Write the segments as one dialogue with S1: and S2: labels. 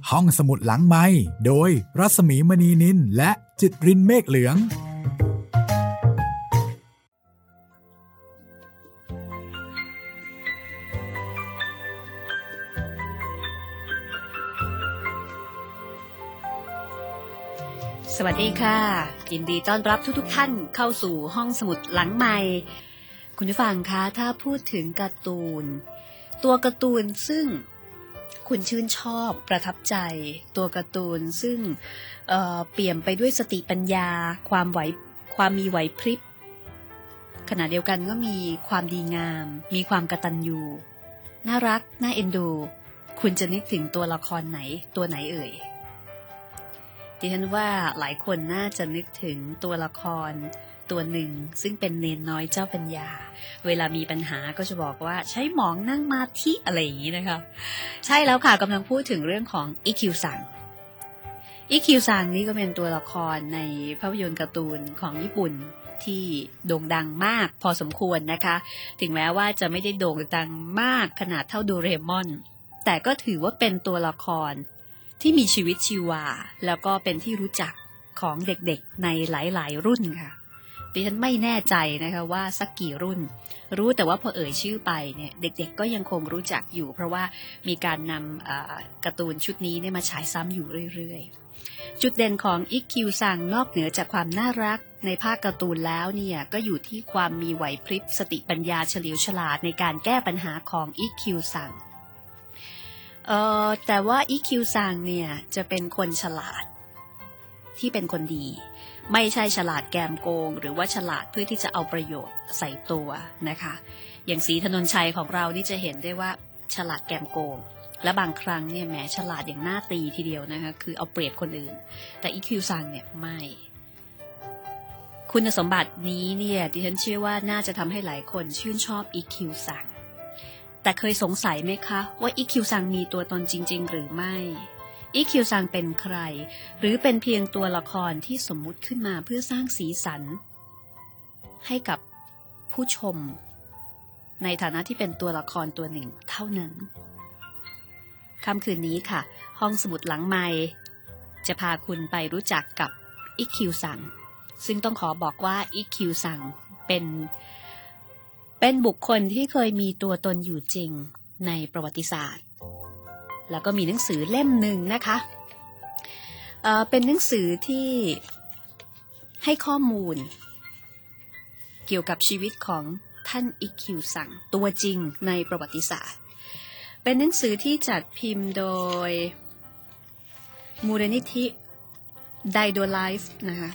S1: ห้องสมุดหลังไมค์โดยรัศมีมณีนินและจิตรินเมฆเหลือง
S2: สวัสดีค่ะยินดีต้อนรับทุกท่านเข้าสู่ห้องสมุดหลังไมค์คุณผู้ฟังคะถ้าพูดถึงการ์ตูนตัวการ์ตูนซึ่งคุณชื่นชอบประทับใจตัวการ์ตูนซึ่งเปี่ยมไปด้วยสติปัญญาความมีไหวพริบขณะเดียวกันก็มีความดีงามมีความกตัญญูน่ารักน่าเอ็นดูคุณจะนึกถึงตัวละครไหนตัวไหนเอ่ยดิฉันว่าหลายคนน่าจะนึกถึงตัวละครตัวหนึ่งซึ่งเป็นเนนน้อยเจ้าปัญญาเวลามีปัญหาก็จะบอกว่าใช้หมองนั่งมาธิอะไรอย่างนี้นะคะใช่แล้วค่ะกำลังพูดถึงเรื่องของอิคิวซังนี่ก็เป็นตัวละครในภาพยนตร์การ์ตูนของญี่ปุ่นที่โด่งดังมากพอสมควรนะคะถึงแม้ว่าจะไม่ได้โด่งดังมากขนาดเท่าโดเรมอนแต่ก็ถือว่าเป็นตัวละครที่มีชีวิตชีวาแล้วก็เป็นที่รู้จักของเด็กๆในหลายๆรุ่นค่ะดิฉันไม่แน่ใจนะคะว่าสักกี่รุ่นรู้แต่ว่าพอเอ่ยชื่อไปเนี่ยเด็กๆก็ยังคงรู้จักอยู่เพราะว่ามีการนำการ์ตูนชุดนี้เนี่ยมาฉายซ้ำอยู่เรื่อยๆจุดเด่นของอิคคิวซังนอกเหนือจากความน่ารักในภาคการ์ตูนแล้วเนี่ยก็อยู่ที่ความมีไหวพริบสติปัญญาเฉลียวฉลาดในการแก้ปัญหาของอิคคิวซังแต่ว่าอิคิวซังเนี่ยจะเป็นคนฉลาดที่เป็นคนดีไม่ใช่ฉลาดแกมโกงหรือว่าฉลาดเพื่อที่จะเอาประโยชน์ใส่ตัวนะคะอย่างศรีถนนชัยของเรานี่จะเห็นได้ว่าฉลาดแกมโกงและบางครั้งเนี่ยแหมฉลาดอย่างน่าตีทีเดียวนะคะคือเอาเปรียบคนอื่นแต่อิคิวซังเนี่ยไม่คุณสมบัตินี้เนี่ยดิฉันเชื่อว่าน่าจะทำให้หลายคนชื่นชอบอิคิวซังแต่เคยสงสัยไหมคะว่าอิคิวซังมีตัวตนจริงๆหรือไม่อิคิวซังเป็นใครหรือเป็นเพียงตัวละครที่สมมุติขึ้นมาเพื่อสร้างสีสันให้กับผู้ชมในฐานะที่เป็นตัวละครตัวหนึ่งเท่านั้นค่ำคืนนี้ค่ะห้องสมุดหลังไมค์จะพาคุณไปรู้จักกับอิคิวซังซึ่งต้องขอบอกว่าอิคิวซังเป็นบุคคลที่เคยมีตัวตนอยู่จริงในประวัติศาสตร์แล้วก็มีหนังสือเล่มหนึ่งนะคะเป็นหนังสือที่ให้ข้อมูลเกี่ยวกับชีวิตของท่านอิคิวซังตัวจริงในประวัติศาสตร์เป็นหนังสือที่จัดพิมพ์โดยมูลนิธิไดโดไลฟ์นะคะ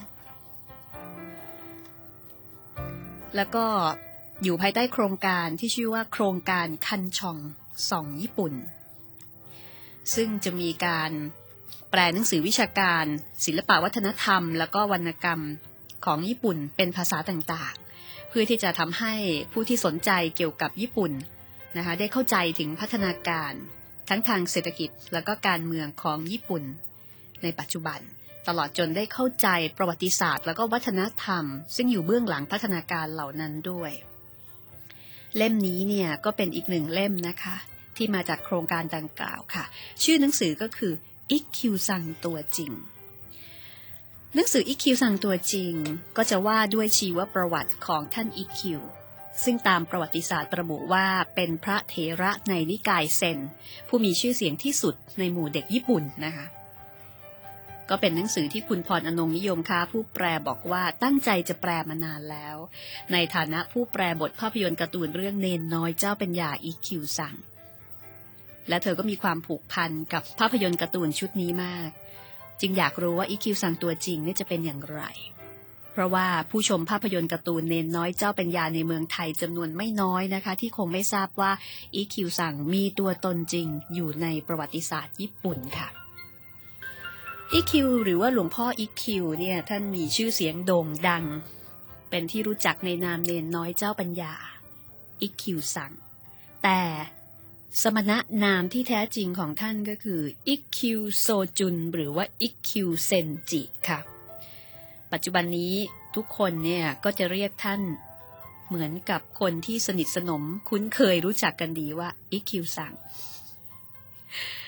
S2: แล้วก็อยู่ภายใต้โครงการที่ชื่อว่าโครงการคันชองส่องญี่ปุ่นซึ่งจะมีการแปลหนังสือวิชาการศิลปวัฒนธรรมแล้วก็วรรณกรรมของญี่ปุ่นเป็นภาษาต่างๆเพื่อที่จะทำให้ผู้ที่สนใจเกี่ยวกับญี่ปุ่นนะคะได้เข้าใจถึงพัฒนาการทั้งทางเศรษฐกิจแล้วก็การเมืองของญี่ปุ่นในปัจจุบันตลอดจนได้เข้าใจประวัติศาสตร์แล้วก็วัฒนธรรมซึ่งอยู่เบื้องหลังพัฒนาการเหล่านั้นด้วยเล่มนี้เนี่ยก็เป็นอีกหนึ่งเล่มนะคะที่มาจากโครงการดังกล่าวค่ะชื่อหนังสือก็คืออิคิวซังตัวจริงหนังสืออิคิวซังตัวจริงก็จะว่าด้วยชีวประวัติของท่านอิคิวซึ่งตามประวัติศาสตร์ระบุว่าเป็นพระเถระในนิกายเซนผู้มีชื่อเสียงที่สุดในหมู่เด็กญี่ปุ่นนะคะก็เป็นหนังสือที่คุณพรอนงนิยมค่ะผู้แปลบอกว่าตั้งใจจะแปลมานานแล้วในฐานะผู้แปลบทภาพยนตร์การ์ตูนเรื่องเนนน้อยเจ้าปัญญาอิคิวซังและเธอก็มีความผูกพันกับภาพยนตร์การ์ตูนชุดนี้มากจึงอยากรู้ว่าอิคิวซังตัวจริงนี่จะเป็นอย่างไรเพราะว่าผู้ชมภาพยนตร์การ์ตูนเนนน้อยเจ้าปัญญาในเมืองไทยจำนวนไม่น้อยนะคะที่คงไม่ทราบว่าอิคิวซังมีตัวตนจริงอยู่ในประวัติศาสตร์ญี่ปุ่นค่ะอิคิวหรือว่าหลวงพ่ออิคิวเนี่ยท่านมีชื่อเสียงโด่งดังเป็นที่รู้จักในนามเนนน้อยเจ้าปัญญาอิคิวซังแต่สมณนามที่แท้จริงของท่านก็คืออิคิวโซจุนหรือว่าอิคิวเซนจิค่ะปัจจุบันนี้ทุกคนเนี่ยก็จะเรียกท่านเหมือนกับคนที่สนิทสนมคุ้นเคยรู้จักกันดีว่าอิคิวซัง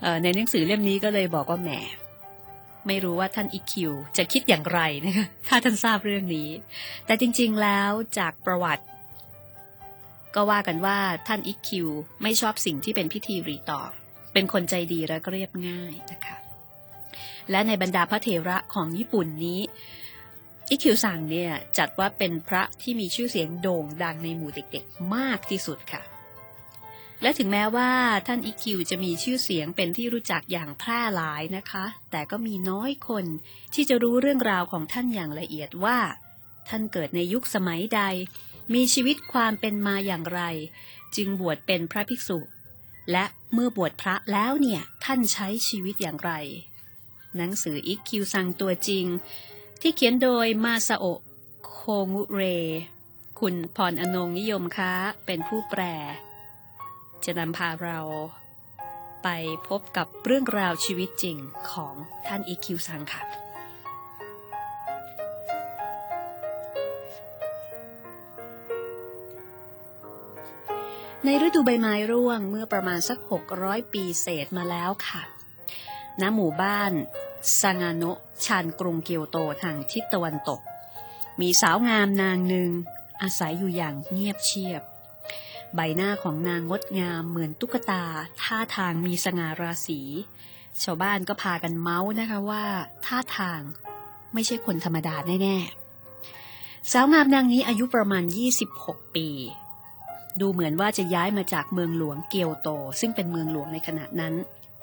S2: ในหนังสือเล่มนี้ก็เลยบอกว่าแหมไม่รู้ว่าท่านอิคิวจะคิดอย่างไรนะคะถ้าท่านทราบเรื่องนี้แต่จริงๆแล้วจากประวัติก็ว่ากันว่าท่านอิคิวไม่ชอบสิ่งที่เป็นพิธีรีตองเป็นคนใจดีและก็เรียบง่ายนะคะและในบรรดาพระเถระของญี่ปุ่นนี้อิคิวซังเนี่ยจัดว่าเป็นพระที่มีชื่อเสียงโด่งดังในหมู่เด็กๆมากที่สุดค่ะและถึงแม้ว่าท่านอิคิวจะมีชื่อเสียงเป็นที่รู้จักอย่างแพร่หลายนะคะแต่ก็มีน้อยคนที่จะรู้เรื่องราวของท่านอย่างละเอียดว่าท่านเกิดในยุคสมัยใดมีชีวิตความเป็นมาอย่างไรจึงบวชเป็นพระภิกษุและเมื่อบวชพระแล้วเนี่ยท่านใช้ชีวิตอย่างไรหนังสืออิคิวซังตัวจริงที่เขียนโดยมาซาโอะโคงุเรคุณพรอนงนิยมค้าเป็นผู้แปลจะนำพาเราไปพบกับเรื่องราวชีวิตจริงของท่านอิคิวซังค่ะในฤดูใบไม้ร่วงเมื่อประมาณสัก600ปีเศษมาแล้วค่ะณหมู่บ้านซางาโนะชานกรุงเกียวโตทางทิศตะวันตกมีสาวงามนางหนึ่งอาศัยอยู่อย่างเงียบเชียบใบหน้าของนางงดงามเหมือนตุ๊กตาท่าทางมีสง่าราศีชาวบ้านก็พากันเมาส์นะคะว่าท่าทางไม่ใช่คนธรรมดาแน่ๆสาวงามนางนี้อายุประมาณ26ปีดูเหมือนว่าจะย้ายมาจากเมืองหลวงเกียวโตซึ่งเป็นเมืองหลวงในขณะนั้น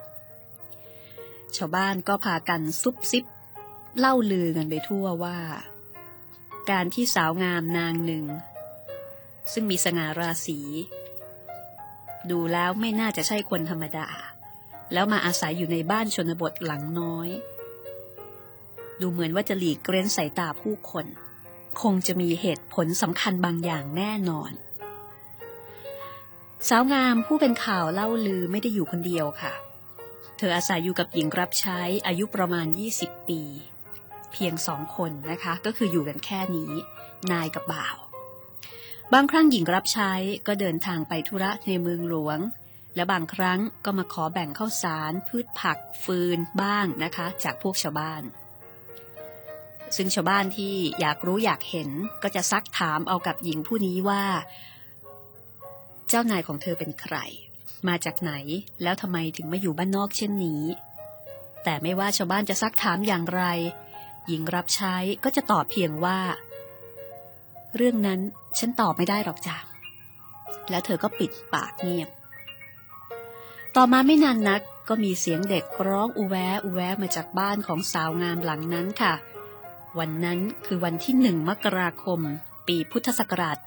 S2: ชาวบ้านก็พากันซุบซิบเล่าลือกันไปทั่วว่าการที่สาวงามนางหนึ่งซึ่งมีสง่าราศีดูแล้วไม่น่าจะใช่คนธรรมดาแล้วมาอาศัยอยู่ในบ้านชนบทหลังน้อยดูเหมือนว่าจะหลีกเร้นสายตาผู้คนคงจะมีเหตุผลสำคัญบางอย่างแน่นอนสาวงามผู้เป็นข่าวเล่าลือไม่ได้อยู่คนเดียวค่ะเธออาศัยอยู่กับหญิงรับใช้อายุประมาณ20ปีเพียง2คนนะคะก็คืออยู่กันแค่นี้นายกับบ่าวบางครั้งหญิงรับใช้ก็เดินทางไปธุระในเมืองหลวงและบางครั้งก็มาขอแบ่งข้าวสารพืชผักฟืนบ้างนะคะจากพวกชาวบ้านซึ่งชาวบ้านที่อยากรู้อยากเห็นก็จะซักถามเอากับหญิงผู้นี้ว่าเจ้านายของเธอเป็นใครมาจากไหนแล้วทำไมถึงมาอยู่บ้านนอกเช่นนี้แต่ไม่ว่าชาวบ้านจะซักถามอย่างไรหญิงรับใช้ก็จะตอบเพียงว่าเรื่องนั้นฉันตอบไม่ได้หรอกจ้ะแล้วเธอก็ปิดปากเงียบต่อมาไม่นานนักก็มีเสียงเด็กร้องอูแวะอูแวะมาจากบ้านของสาวงามหลังนั้นค่ะวันนั้นคือวันที่1 มกราคมปีพุทธศักราช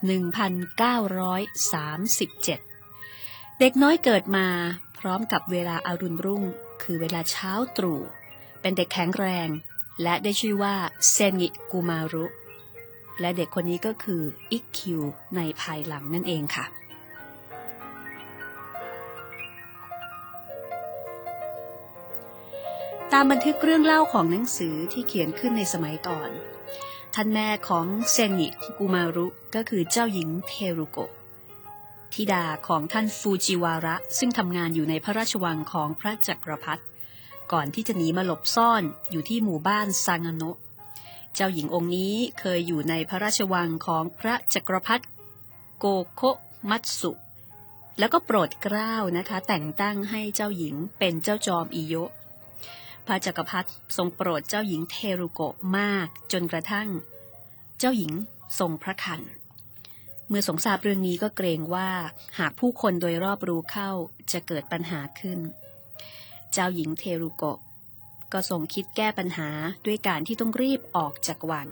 S2: 1937เด็กน้อยเกิดมาพร้อมกับเวลาอารุณรุ่งคือเวลาเช้าตรู่เป็นเด็กแข็งแรงและได้ชื่อว่าเซงิกุมารุและเด็กคนนี้ก็คืออิคิวในภายหลังนั่นเองค่ะตามบันทึกเรื่องเล่าของหนังสือที่เขียนขึ้นในสมัยก่อนท่านแม่ของเซงิกุมารุก็คือเจ้าหญิงเทรุโกะธิดาของท่านฟูจิวาระซึ่งทำงานอยู่ในพระราชวังของพระจักรพรรดิก่อนที่จะหนีมาหลบซ่อนอยู่ที่หมู่บ้านซางาโนะเจ้าหญิงองค์นี้เคยอยู่ในพระราชวังของพระจักรพรรดิโกโคะมัตสุแล้วก็โปรดเกล้านะคะแต่งตั้งให้เจ้าหญิงเป็นเจ้าจอมอิโยะพระจักรพรรดิทรงโปรดเจ้าหญิงเทรุโกะมากจนกระทั่งเจ้าหญิงทรงพระคันเมื่อทรงทราบเรื่องนี้ก็เกรงว่าหากผู้คนโดยรอบรู้เข้าจะเกิดปัญหาขึ้นเจ้าหญิงเทรุโกะก็ทรงคิดแก้ปัญหาด้วยการที่ต้องรีบออกจากวัง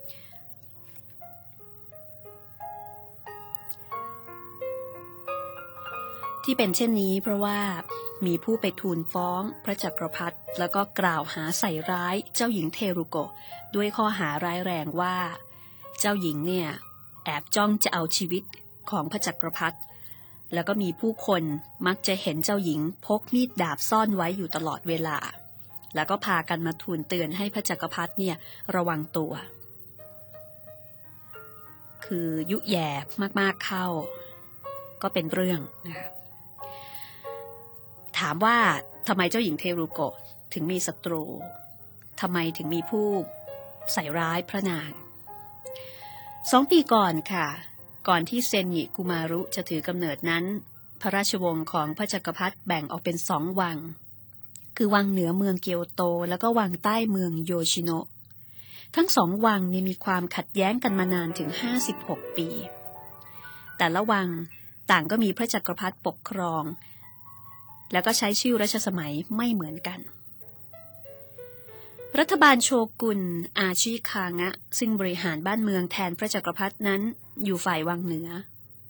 S2: ที่เป็นเช่นนี้เพราะว่ามีผู้ไปทูลฟ้องพระจักรพรรดิแล้วก็กล่าวหาใส่ร้ายเจ้าหญิงเทรุโกะด้วยข้อหาร้ายแรงว่าเจ้าหญิงเนี่ยแอบจ้องจะเอาชีวิตของพระจักรพรรดิแล้วก็มีผู้คนมักจะเห็นเจ้าหญิงพกมีดดาบซ่อนไว้อยู่ตลอดเวลาแล้วก็พากันมาทูลเตือนให้พระจักรพรรดิเนี่ยระวังตัวคือยุแย่มากๆเข้าก็เป็นเรื่องนะคะถามว่าทำไมเจ้าหญิงเทรุโกะถึงมีศัตรูทำไมถึงมีผู้ใส่ร้ายพระนาง2 ปีก่อนค่ะก่อนที่เซนงิกุมารุจะถือกำเนิดนั้นพระราชวงศ์ของพระจักรพรรดิแบ่งออกเป็น2 วังคือวังเหนือเมืองเกียวโตแล้วก็วังใต้เมืองโยชิโนะทั้ง2 วังนี้มีความขัดแย้งกันมานานถึง56 ปีแต่ละวังต่างก็มีพระจักรพรรดิปกครองแล้วก็ใช้ชื่อรัชสมัยไม่เหมือนกันรัฐบาลโชกุนอาชิคางะซึ่งบริหารบ้านเมืองแทนพระจักรพรรดินั้นอยู่ฝ่ายวังเหนือ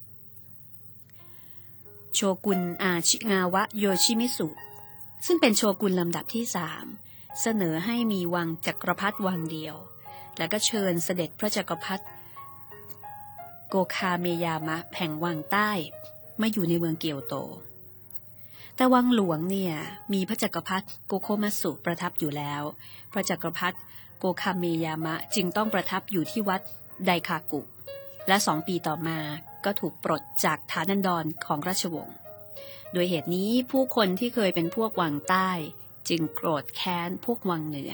S2: โชกุนอาชิงาวะโยชิมิสุซึ่งเป็นโชกุนลำดับที่3เสนอให้มีวังจักรพรรดิวังเดียวแล้วก็เชิญเสด็จพระจักรพรรดิโกคาเมยามะแห่งวังใต้มาอยู่ในเมืองเกียวโตแต่วังหลวงเนี่ยมีพระจักรพรรดิโกโคมัตสึประทับอยู่แล้วพระจักรพรรดิโกคาเมยามะจึงต้องประทับอยู่ที่วัดไดคากุและ2 ปีต่อมาก็ถูกปลดจากฐานันดรของราชวงศ์โดยเหตุนี้ผู้คนที่เคยเป็นพวกวังใต้จึงโกรธแค้นพวกวังเหนือ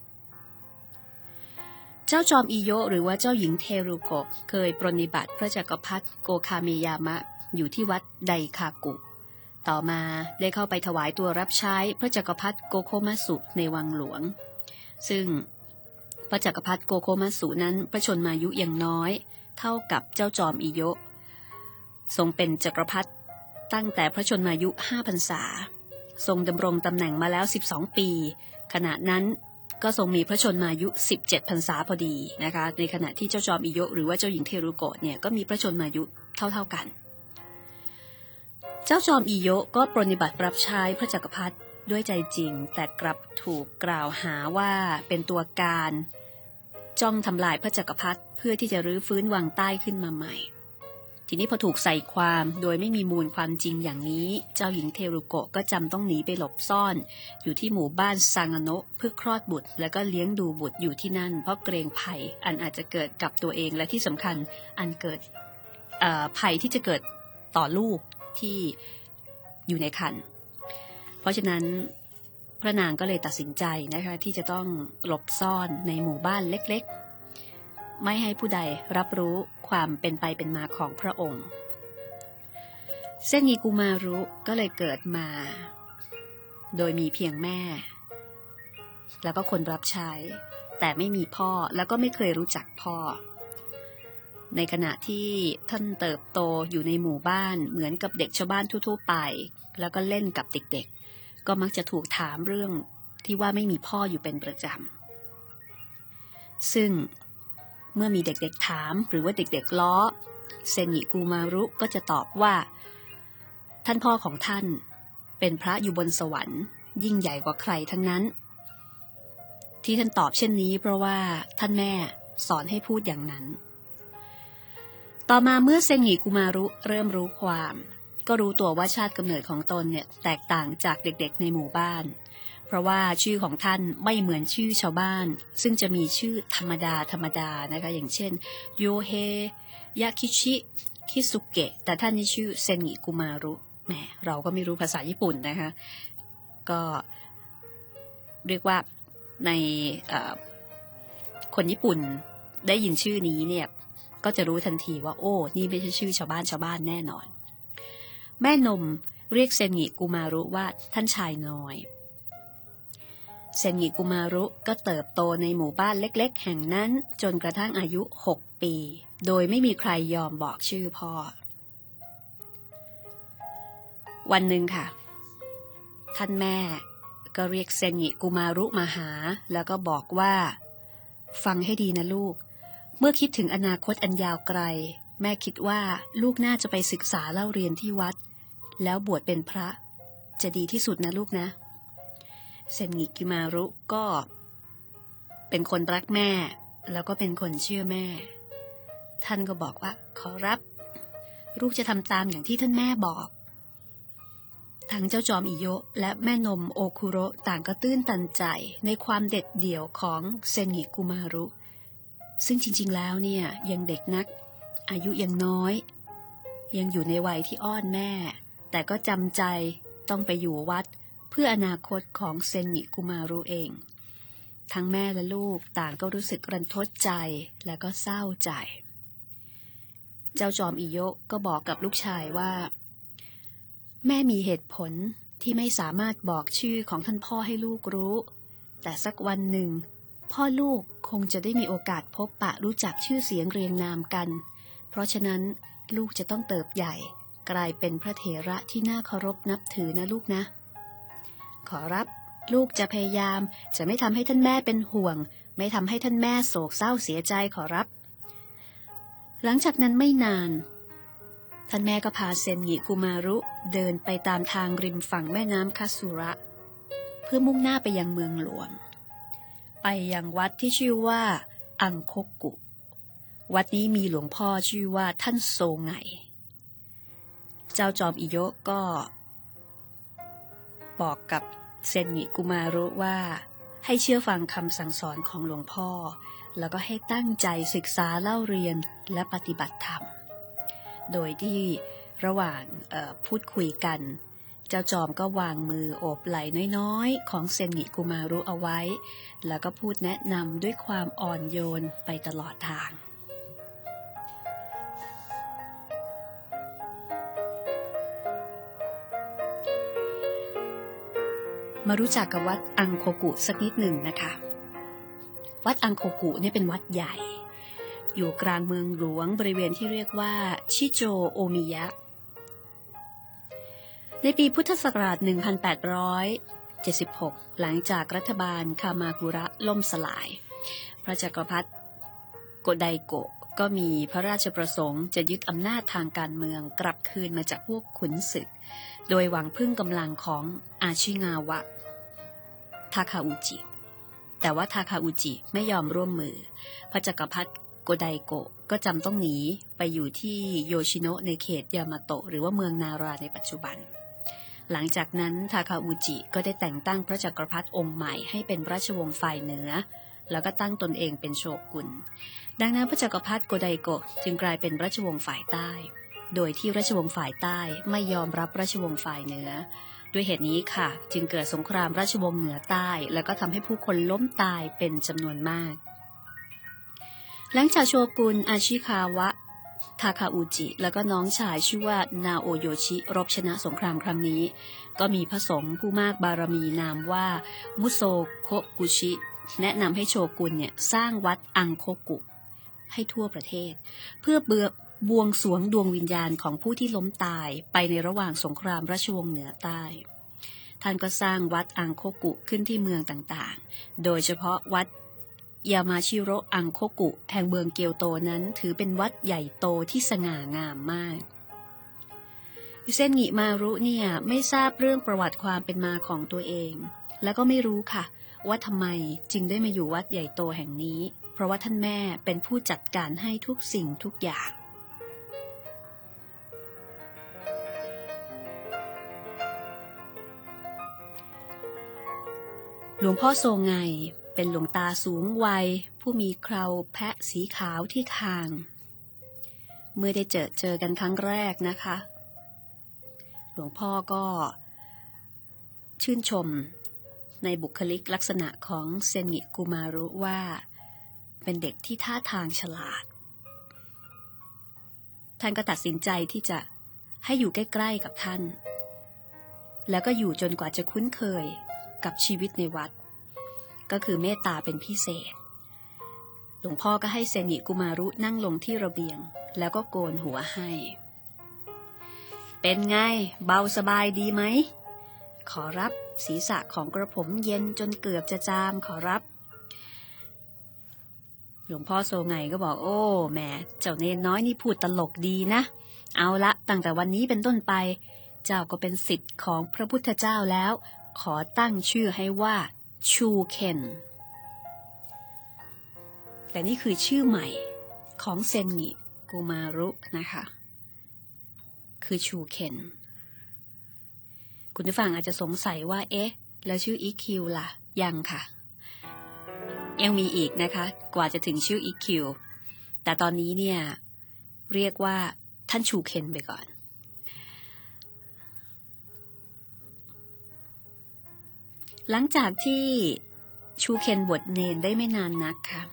S2: เจ้าจอมอิโยะหรือว่าเจ้าหญิงเทรุโกะเคยปรนนิบัติพระจักรพรรดิโกคาเมยามะอยู่ที่วัดไดคากุต่อมาได้เข้าไปถวายตัวรับใช้พระจักรพรรดิโกโคมัตสึในวังหลวงซึ่งพระจักรพรรดิโกโคมัตสึนั้นพระชนมายุยังน้อยเท่ากับเจ้าจอมอิโยะทรงเป็นจักรพรรดิตั้งแต่พระชนมายุ5 พรรษาทรงดำรงตำแหน่งมาแล้ว12 ปีขณะนั้นก็ทรงมีพระชนมายุ17 พรรษาพอดีนะคะในขณะที่เจ้าจอมอิโยะหรือว่าเจ้าหญิงเทรุโกะเนี่ยก็มีพระชนมายุเท่ากันเจ้าจอมอิโยะก็ปรนนิบัติรับใช้พระจักรพรรดิด้วยใจจริงแต่กลับถูกกล่าวหาว่าเป็นตัวการจ้องทำลายพระจักรพรรดิเพื่อที่จะรื้อฟื้นวังใต้ขึ้นมาใหม่ทีนี้พอถูกใส่ความโดยไม่มีมูลความจริงอย่างนี้เจ้าหญิงเทรุโกะก็จำต้องหนีไปหลบซ่อนอยู่ที่หมู่บ้านซางาโนะเพื่อคลอดบุตรแล้วก็เลี้ยงดูบุตรอยู่ที่นั่นเพราะเกรงภัยอันอาจจะเกิดกับตัวเองและที่สำคัญอันเกิดภัยที่จะเกิดต่อลูกที่อยู่ในครรภ์เพราะฉะนั้นพระนางก็เลยตัดสินใจนะคะที่จะต้องหลบซ่อนในหมู่บ้านเล็กๆไม่ให้ผู้ใดรับรู้ความเป็นไปเป็นมาของพระองค์เซนงิกุมารุก็เลยเกิดมาโดยมีเพียงแม่แล้วก็คนรับใช้แต่ไม่มีพ่อแล้วก็ไม่เคยรู้จักพ่อในขณะที่ท่านเติบโตอยู่ในหมู่บ้านเหมือนกับเด็กชาวบ้านทั่วๆไปแล้วก็เล่นกับเด็กๆก็มักจะถูกถามเรื่องที่ว่าไม่มีพ่ออยู่เป็นประจำซึ่งเมื่อมีเด็กๆถามหรือว่าเด็กๆล้อเซนงิกุมารุก็จะตอบว่าท่านพ่อของท่านเป็นพระอยู่บนสวรรค์ยิ่งใหญ่กว่าใครทั้งนั้นที่ท่านตอบเช่นนี้เพราะว่าท่านแม่สอนให้พูดอย่างนั้นต่อมาเมื่อเซนงิกุมารุเริ่มรู้ความก็รู้ตัวว่าชาติกำเนิดของตนเนี่ยแตกต่างจากเด็กๆในหมู่บ้านเพราะว่าชื่อของท่านไม่เหมือนชื่อชาวบ้านซึ่งจะมีชื่อธรรมดานะคะอย่างเช่นโยเฮยาคิชิคิสุเกะแต่ท่านนี่ชื่อเซนงิกุมารุแหมเราก็ไม่รู้ภาษาญี่ปุ่นนะคะก็เรียกว่าในคนญี่ปุ่นได้ยินชื่อนี้เนี่ยก็จะรู้ทันทีว่าโอ้นี่ไม่ใช่ชื่อชาวบ้านแน่นอนแม่นมเรียกเซนงิกุมารุว่าท่านชายน้อยเซนงิกุมารุก็เติบโตในหมู่บ้านเล็กๆแห่งนั้นจนกระทั่งอายุ6 ปีโดยไม่มีใครยอมบอกชื่อพ่อวันหนึ่งค่ะท่านแม่ก็เรียกเซนงิกุมารุมาหาแล้วก็บอกว่าฟังให้ดีนะลูกเมื่อคิดถึงอนาคตอันยาวไกลแม่คิดว่าลูกน่าจะไปศึกษาเล่าเรียนที่วัดแล้วบวชเป็นพระจะดีที่สุดนะลูกนะเซนงิกุมารุก็เป็นคนรักแม่แล้วก็เป็นคนเชื่อแม่ท่านก็บอกว่าขอรับลูกจะทำตามอย่างที่ท่านแม่บอกทั้งเจ้าจอมอิโยะและแม่นมโอคุโระต่างก็ตื้นตันใจในความเด็ดเดี่ยวของเซนงิกุมารุซึ่งจริงๆแล้วเนี่ยยังเด็กนักอายุยังน้อยยังอยู่ในวัยที่อ้อนแม่แต่ก็จำใจต้องไปอยู่วัดเพื่ออนาคตของเซนงิกุมารุเองทั้งแม่และลูกต่างก็รู้สึกรันทดใจและก็เศร้าใจเจ้าจอมอิโยะก็บอกกับลูกชายว่าแม่มีเหตุผลที่ไม่สามารถบอกชื่อของท่านพ่อให้ลูกรู้แต่สักวันหนึ่งพ่อลูกคงจะได้มีโอกาสพบปะรู้จักชื่อเสียงเรียงนามกันเพราะฉะนั้นลูกจะต้องเติบใหญ่กลายเป็นพระเถระที่น่าเคารพนับถือนะลูกนะขอรับลูกจะพยายามจะไม่ทำให้ท่านแม่เป็นห่วงไม่ทำให้ท่านแม่โศกเศร้าเสียใจขอรับหลังจากนั้นไม่นานท่านแม่ก็พาเซนงิกุมารุเดินไปตามทางริมฝั่งแม่น้ำคาสุระเพื่อมุ่งหน้าไปยังเมืองหลวงไปยังวัดที่ชื่อว่าอังโคกุวัดนี้มีหลวงพ่อชื่อว่าท่านโซไงเจ้าจอมอิโยะก็บอกกับเซนงิกุมารุว่าให้เชื่อฟังคำสั่งสอนของหลวงพ่อแล้วก็ให้ตั้งใจศึกษาเล่าเรียนและปฏิบัติธรรมโดยที่ระหว่างพูดคุยกันเจ้าจอมก็วางมือโอบไหล่น้อยๆของเซนงิกุมารุเอาไว้แล้วก็พูดแนะนำด้วยความอ่อนโยนไปตลอดทางมารู้จักกับวัดอังโคกุสักนิดหนึ่งนะคะวัดอังโคกุเนี่ยเป็นวัดใหญ่อยู่กลางเมืองหลวงบริเวณที่เรียกว่าชิโจโอมิยะในปีพุทธศักราช 1876 หลังจากรัฐบาลคามากุระล่มสลายพระจักรพรรดิโกไดโกะก็มีพระราชประสงค์จะยึดอำนาจทางการเมืองกลับคืนมาจากพวกขุนศึกโดยหวังพึ่งกำลังของอาชิงาวะทาคาอุจิแต่ว่าทาคาอุจิไม่ยอมร่วมมือพระจักรพรรดิโกไดโกะก็จำต้องหนีไปอยู่ที่โยชิโนะในเขตยามาโตะหรือว่าเมืองนาราในปัจจุบันหลังจากนั้นทาคาอุจิก็ได้แต่งตั้งพระจักรพรรดิองค์ใหม่ให้เป็นราชวงศ์ฝ่ายเหนือแล้วก็ตั้งตนเองเป็นโชกุนดังนั้นพระจักรพรรดิโกไดโกะจึงกลายเป็นราชวงศ์ฝ่ายใต้โดยที่ราชวงศ์ฝ่ายใต้ไม่ยอมรับราชวงศ์ฝ่ายเหนือด้วยเหตุนี้ค่ะจึงเกิดสงครามราชวงศ์เหนือใต้แล้วก็ทำให้ผู้คนล้มตายเป็นจำนวนมากหลังจากโชกุนอาชิคาวะทาคาอุจิแล้วก็น้องชายชื่อว่านาโอโยชิรบชนะสงครามครั้งนี้ก็มีพระสงฆ์ผู้มากบารมีนามว่ามุโซโคกุชิแนะนำให้โชกุนเนี่ยสร้างวัดอังโคกุให้ทั่วประเทศเพื่อบวงสรวงดวงวิญญาณของผู้ที่ล้มตายไปในระหว่างสงครามราชวงศ์เหนือใต้ท่านก็สร้างวัดอังโคกุขึ้นที่เมืองต่างๆโดยเฉพาะวัดยามาชิโระอังโคกุแห่งเมืองเกียวโตนั้นถือเป็นวัดใหญ่โตที่สง่างามมากเซนงิมารุเนี่ยไม่ทราบเรื่องประวัติความเป็นมาของตัวเองแล้วก็ไม่รู้ค่ะว่าทำไมจึงได้มาอยู่วัดใหญ่โตแห่งนี้เพราะว่าท่านแม่เป็นผู้จัดการให้ทุกสิ่งทุกอย่างหลวงพ่อโซไงเป็นหลวงตาสูงวัยผู้มีเคราแพะสีขาวที่คางเมื่อได้เจอกันครั้งแรกนะคะหลวงพ่อก็ชื่นชมในบุคลิกลักษณะของเซนงิกุมารุว่าเป็นเด็กที่ท่าทางฉลาดท่านก็ตัดสินใจที่จะให้อยู่ใกล้ๆกับท่านแล้วก็อยู่จนกว่าจะคุ้นเคยกับชีวิตในวัดก็คือเมตตาเป็นพิเศษหลวงพ่อก็ให้เซนงิกุมารุนั่งลงที่ระเบียงแล้วก็โกนหัวให้เป็นไงเบาสบายดีไหมขอรับศีรษะของกระผมเย็นจนเกือบจะจามขอรับหลวงพ่อโซไงก็บอกโอ้แหมเจ้าเนนน้อยนี่พูดตลกดีนะเอาละตั้งแต่วันนี้เป็นต้นไปเจ้าก็เป็นศิษย์ของพระพุทธเจ้าแล้วขอตั้งชื่อให้ว่าชูเคนแต่นี่คือชื่อใหม่ของเซนงิกุมารุนะคะคือชูเคนคุณผู้ฟังอาจจะสงสัยว่าเอ๊ะแล้วชื่ออีคิวล่ะยังค่ะยังมีอีกนะคะกว่าจะถึงชื่ออีคิวแต่ตอนนี้เนี่ยเรียกว่าท่านชูเคนไปก่อนหลังจากที่ชูเคนบวชเนนได้ไม่นานนักค่ะ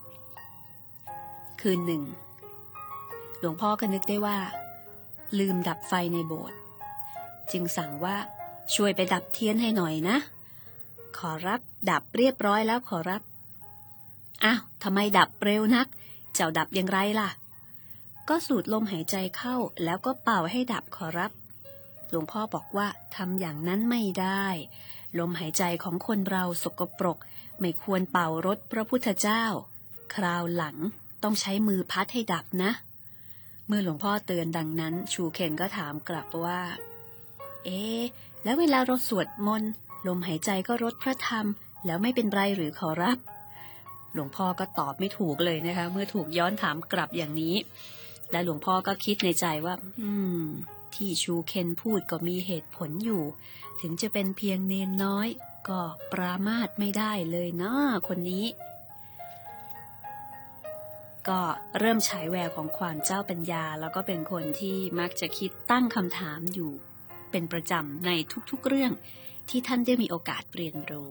S2: คืนหนึ่งหลวงพ่อก็นึกได้ว่าลืมดับไฟในโบสถ์จึงสั่งว่าช่วยไปดับเทียนให้หน่อยนะขอรับดับเรียบร้อยแล้วขอรับอ้าวทำไมดับเร็วนักเจ้าดับอย่างไรล่ะก็สูดลมหายใจเข้าแล้วก็เป่าให้ดับขอรับหลวงพ่อบอกว่าทำอย่างนั้นไม่ได้ลมหายใจของคนเราสกปรกไม่ควรเป่ารถพระพุทธเจ้าคราวหลังต้องใช้มือพัดให้ดับนะเมื่อหลวงพ่อเตือนดังนั้นชูเคนก็ถามกลับว่าแล้วเวลาเราสวดมนต์ลมหายใจก็รดพระธรรมแล้วไม่เป็นไรหรือขอรับหลวงพ่อก็ตอบไม่ถูกเลยนะคะเมื่อถูกย้อนถามกลับอย่างนี้และหลวงพ่อก็คิดในใจว่าที่ชูเคนพูดก็มีเหตุผลอยู่ถึงจะเป็นเพียงเนนน้อยก็ปรามาสไม่ได้เลยนะคนนี้ก็เริ่มฉายแววของความเจ้าปัญญาแล้วก็เป็นคนที่มักจะคิดตั้งคำถามอยู่เป็นประจำในทุกๆเรื่องที่ท่านได้มีโอกาสเรียนรู้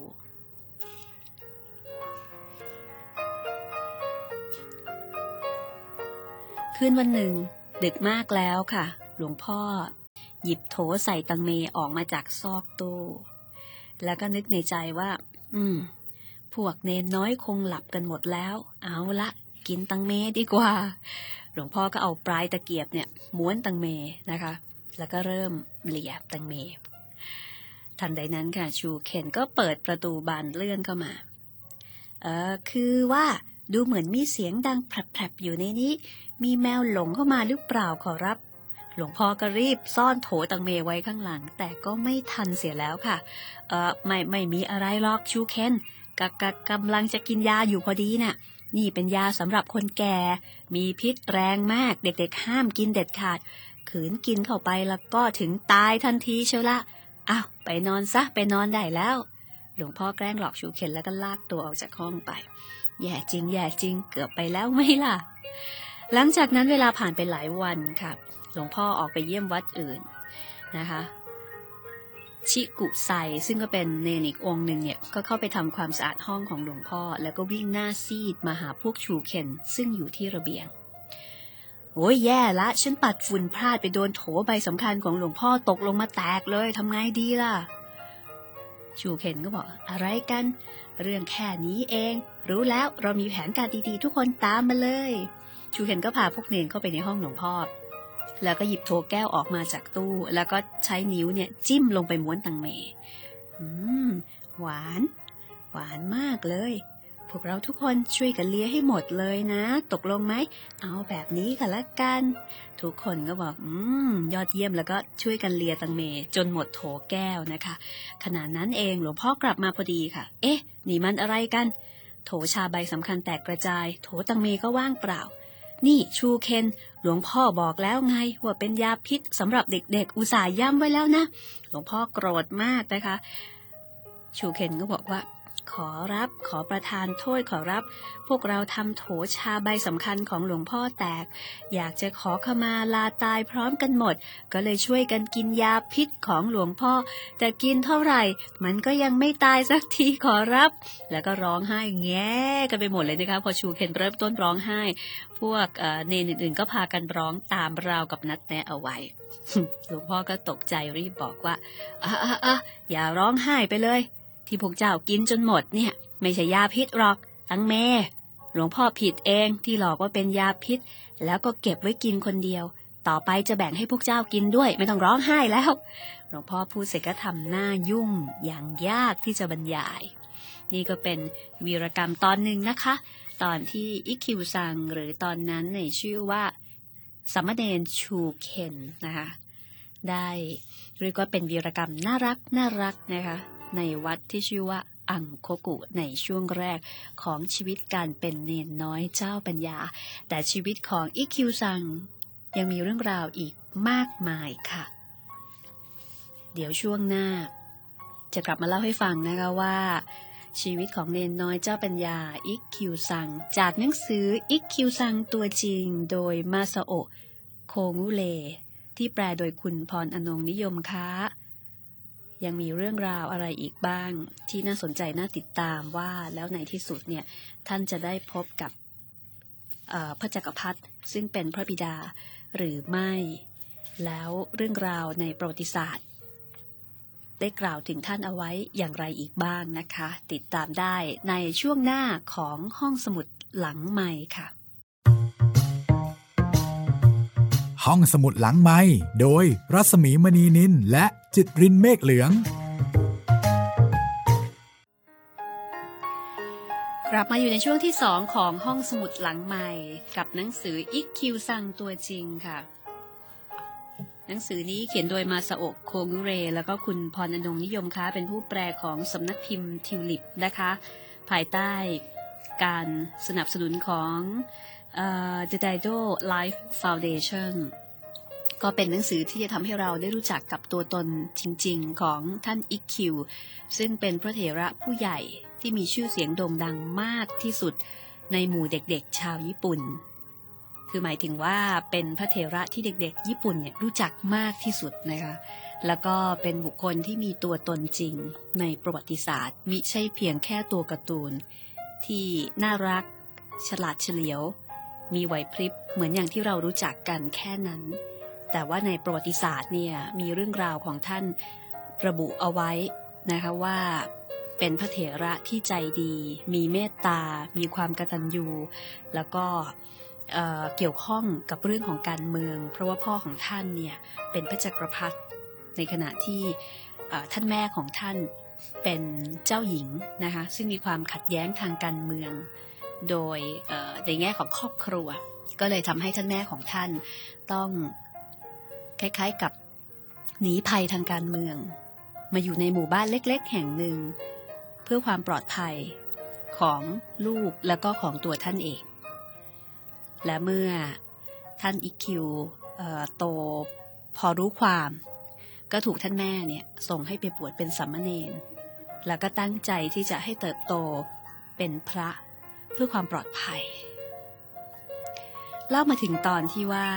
S2: คืนวันหนึ่งดึกมากแล้วค่ะหลวงพ่อหยิบโถใส่ตังเมออกมาจากซอกตู้แล้วก็นึกในใจว่าพวกเนนน้อยคงหลับกันหมดแล้วเอาละกินตังเมดีกว่าหลวงพ่อก็เอาปลายตะเกียบเนี่ยม้วนตังเมนะคะแล้วก็เริ่มเลียตังเมทันใดนั้นค่ะชูเคนก็เปิดประตูบานเลื่อนเข้ามาคือว่าดูเหมือนมีเสียงดังแผลบๆอยู่ในนี้มีแมวหลงเข้ามาหรือเปล่าขอรับหลวงพ่อก็รีบซ่อนโถตังเมไว้ข้างหลังแต่ก็ไม่ทันเสียแล้วค่ะไม่มีอะไรหรอกชูเคนกำลังจะกินยาอยู่พอดีน่ะนี่เป็นยาสำหรับคนแก่มีพิษแรงมากเด็กๆห้ามกินเด็ดขาดขืนกินเข้าไปแล้วก็ถึงตายทันทีเชียวละอ้าวไปนอนซะไปนอนได้แล้วหลวงพ่อแกล้งหลอกชูเคนแล้วก็ลากตัวออกจากห้องไปแย่จริงเกือบไปแล้วไหมล่ะหลังจากนั้นเวลาผ่านไปหลายวันค่ะหลวงพ่อออกไปเยี่ยมวัดอื่นนะคะชิกุไซซึ่งก็เป็นเนนอีกองค์หนึ่งเนี่ยก็เข้าไปทำความสะอาดห้องของหลวงพ่อแล้วก็วิ่งหน้าซีดมาหาพวกชูเคนซึ่งอยู่ที่ระเบียงโอ้ยแย่ละฉันปัดฝุ่นพลาดไปโดนโถใบสำคัญของหลวงพ่อตกลงมาแตกเลยทำไงดีล่ะชูเคนก็บอกอะไรกันเรื่องแค่นี้เองรู้แล้วเรามีแผนการดีๆทุกคนตามมาเลยชูเคนก็พาพวกเนนเข้าไปในห้องหลวงพ่อแล้วก็หยิบโถแก้วออกมาจากตู้แล้วก็ใช้นิ้วเนี่ยจิ้มลงไปม้วนตังเมหวานมากเลยพวกเราทุกคนช่วยกันเลียให้หมดเลยนะตกลงไหมเอาแบบนี้กันละกันทุกคนก็บอกยอดเยี่ยมแล้วก็ช่วยกันเลียตังเมจนหมดโถแก้วนะคะขณะนั้นเองหลวงพ่อกลับมาพอดีค่ะนี่มันอะไรกันโถชาใบสำคัญแตกกระจายโถตังเมก็ว่างเปล่านี่ชูเคนหลวงพ่อบอกแล้วไงว่าเป็นยาพิษสำหรับเด็กๆอุตส่าห์ย้ำไว้แล้วนะหลวงพ่อโกรธมากนะคะชูเคนก็บอกว่าขอประทานโทษขอรับพวกเราทำโถชาใบสำคัญของหลวงพ่อแตกอยากจะขอขมาลาตายพร้อมกันหมดก็เลยช่วยกันกินยาพิษของหลวงพ่อแต่กินเท่าไหร่มันก็ยังไม่ตายสักทีขอรับแล้วก็ร้องไห้แง่กันไปหมดเลยนะคะพอชูเคนเริ่มต้นร้องไห้พวกเนนอื่นๆก็พากันร้องตามราวกับนัดแนะเอาไว้ หลวงพ่อก็ตกใจรีบบอกว่าอย่าร้องไห้ไปเลยที่พวกเจ้ากินจนหมดเนี่ยไม่ใช่ยาพิษหรอกตังเมหลวงพ่อผิดเองที่หลอกว่าเป็นยาพิษแล้วก็เก็บไว้กินคนเดียวต่อไปจะแบ่งให้พวกเจ้ากินด้วยไม่ต้องร้องไห้แล้วหลวงพ่อพูดเสร็จก็ทำหน้ายุ่งอย่างยากที่จะบรรยายนี่ก็เป็นวีรกรรมตอนหนึ่งนะคะตอนที่อิคิวซังหรือตอนนั้นในชื่อว่าสามเณรชูเคนนะคะได้เรียกว่าเป็นวีรกรรมน่ารักนะคะในวัดที่ชื่อว่าอังโคกุในช่วงแรกของชีวิตการเป็นเนนน้อยเจ้าปัญญาแต่ชีวิตของอิคิวซังยังมีเรื่องราวอีกมากมายค่ะเดี๋ยวช่วงหน้าจะกลับมาเล่าให้ฟังนะคะว่าชีวิตของเนนน้อยเจ้าปัญญาอิคิวซังจากหนังสืออิคิวซังตัวจริงโดยมาซาโอะโคงุเลที่แปลโดยคุณพรอนงนิยมค่ะยังมีเรื่องราวอะไรอีกบ้างที่น่าสนใจน่าติดตามว่าแล้วในที่สุดเนี่ยท่านจะได้พบกับพระจักรพรรดิซึ่งเป็นพระบิดาหรือไม่แล้วเรื่องราวในประวัติศาสตร์ได้กล่าวถึงท่านเอาไว้อย่างไรอีกบ้างนะคะติดตามได้ในช่วงหน้าของห้องสมุดหลังไมค์ค่ะ
S1: ห้องสมุดหลังไมค์โดยรัศมีมณีนินและจิตรินเมฆเหลือง
S2: กลับมาอยู่ในช่วงที่2ของห้องสมุดหลังไมค์กับหนังสืออิกคิวซังตัวจริงค่ะหนังสือนี้เขียนโดยมาซาโอะโคกุเรแล้วก็คุณพรอนงค์นิยมค้าเป็นผู้แปลของสำนักพิมพ์ทิวลิปนะคะภายใต้การสนับสนุนของThe Dido Life Foundation ก็เป็นหนังสือที่จะทำให้เราได้รู้จักกับตัวตนจริงๆของท่านอิกคิวซึ่งเป็นพระเถระผู้ใหญ่ที่มีชื่อเสียงโด่งดังมากที่สุดในหมู่เด็กๆชาวญี่ปุ่นคือหมายถึงว่าเป็นพระเถระที่เด็กๆญี่ปุ่นเนี่ยรู้จักมากที่สุดนะคะแล้วก็เป็นบุคคลที่มีตัวตนจริงในประวัติศาสตร์มิใช่เพียงแค่ตัวการ์ตูนที่น่ารักฉลาดเฉลียวมีไหวพริบเหมือนอย่างที่เรารู้จักกันแค่นั้นแต่ว่าในประวัติศาสตร์เนี่ยมีเรื่องราวของท่านระบุเอาไว้นะคะว่าเป็นพระเถระที่ใจดีมีเมตตามีความกตัญญูแล้วก็เกี่ยวข้องกับเรื่องของการเมืองเพราะว่าพ่อของท่านเนี่ยเป็นพระจักรพรรดิในขณะที่ท่านแม่ของท่านเป็นเจ้าหญิงนะคะซึ่งมีความขัดแย้งทางการเมืองโดยในแง่ของครอบครัวก็เลยทำให้ท่านแม่ของท่านต้องคล้ายๆกับหนีภัยทางการเมืองมาอยู่ในหมู่บ้านเล็กๆแห่งหนึ่งเพื่อความปลอดภัยของลูกและก็ของตัวท่านเองและเมื่อท่านอิกคิวโตพอรู้ความก็ถูกท่านแม่เนี่ยส่งให้ไปบวชเป็นสามเณรแล้วก็ตั้งใจที่จะให้เติบโตเป็นพระเพื่อความปลอดภัยเล่ามาถึงตอนที่ว่า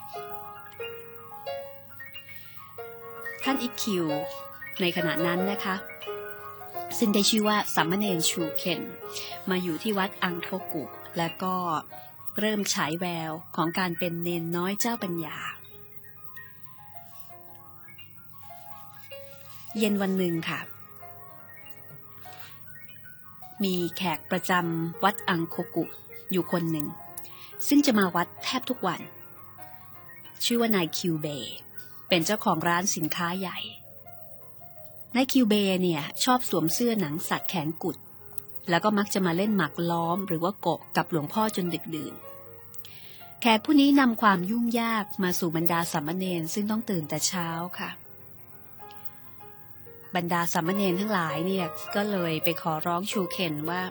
S2: ท่านอิกคิวในขณะนั้นนะคะซึ่งได้ชื่อว่าสามเณรชูเคนมาอยู่ที่วัดอังโคกุและก็เริ่มฉายแววของการเป็นเนนน้อยเจ้าปัญญาเย็นวันหนึ่งค่ะมีแขกประจำวัดอังโคกุอยู่คนหนึ่งซึ่งจะมาวัดแทบทุกวันชื่อว่านายคิวเบเป็นเจ้าของร้านสินค้าใหญ่นายคิวเบเนี่ยชอบสวมเสื้อหนังสัตว์แขนกุดแล้วก็มักจะมาเล่นหมากล้อมหรือว่าโกะกับหลวงพ่อจนดึกดื่นแขกผู้นี้นำความยุ่งยากมาสู่บรรดาสามเณรซึ่งต้องตื่นแต่เช้าค่ะบรรดาสามเณรทั้งหลายเนี่ยก็เลยไปขอร้องชูเคนว่า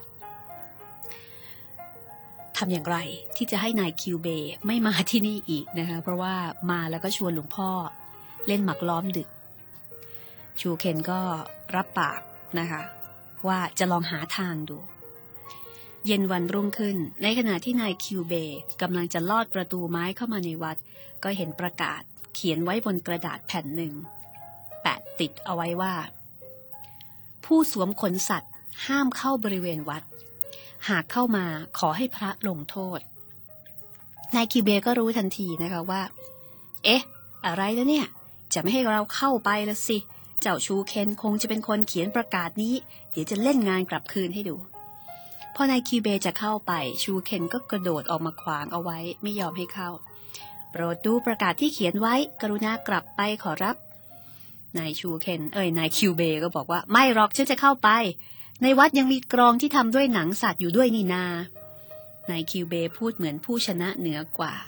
S2: ทำอย่างไรที่จะให้นายคิวเบไม่มาที่นี่อีกนะคะเพราะว่ามาแล้วก็ชวนหลวงพ่อเล่นหมากล้อมดึกชูเคนก็รับปากนะคะว่าจะลองหาทางดูเย็นวันรุ่งขึ้นในขณะที่นายคิวเบกำลังจะลอดประตูไม้เข้ามาในวัดก็เห็นประกาศเขียนไว้บนกระดาษแผ่นหนึ่งแปะติดเอาไว้ว่าผู้สวมขนสัตว์ห้ามเข้าบริเวณวัดหากเข้ามาขอให้พระลงโทษนายคิวเบก็รู้ทันทีนะคะว่าเอ๊ะอะไรนะเนี่ยจะไม่ให้เราเข้าไปละสิเจ้าชูเคนคงจะเป็นคนเขียนประกาศนี้เดี๋ยวจะเล่นงานกลับคืนให้ดูพอนายคิวเบจะเข้าไปชูเคนก็กระโดดออกมาขวางเอาไว้ไม่ยอมให้เข้าโปรดดูประกาศที่เขียนไว้กรุณากลับไปขอรับนายชูเคนนายคิวเบก็บอกว่าไม่หรอกฉันจะเข้าไปในวัดยังมีกรองที่ทำด้วยหนังสัตว์อยู่ด้วยนี่นานายคิวเบพูดเหมือนผู้ชนะเหนือกว่า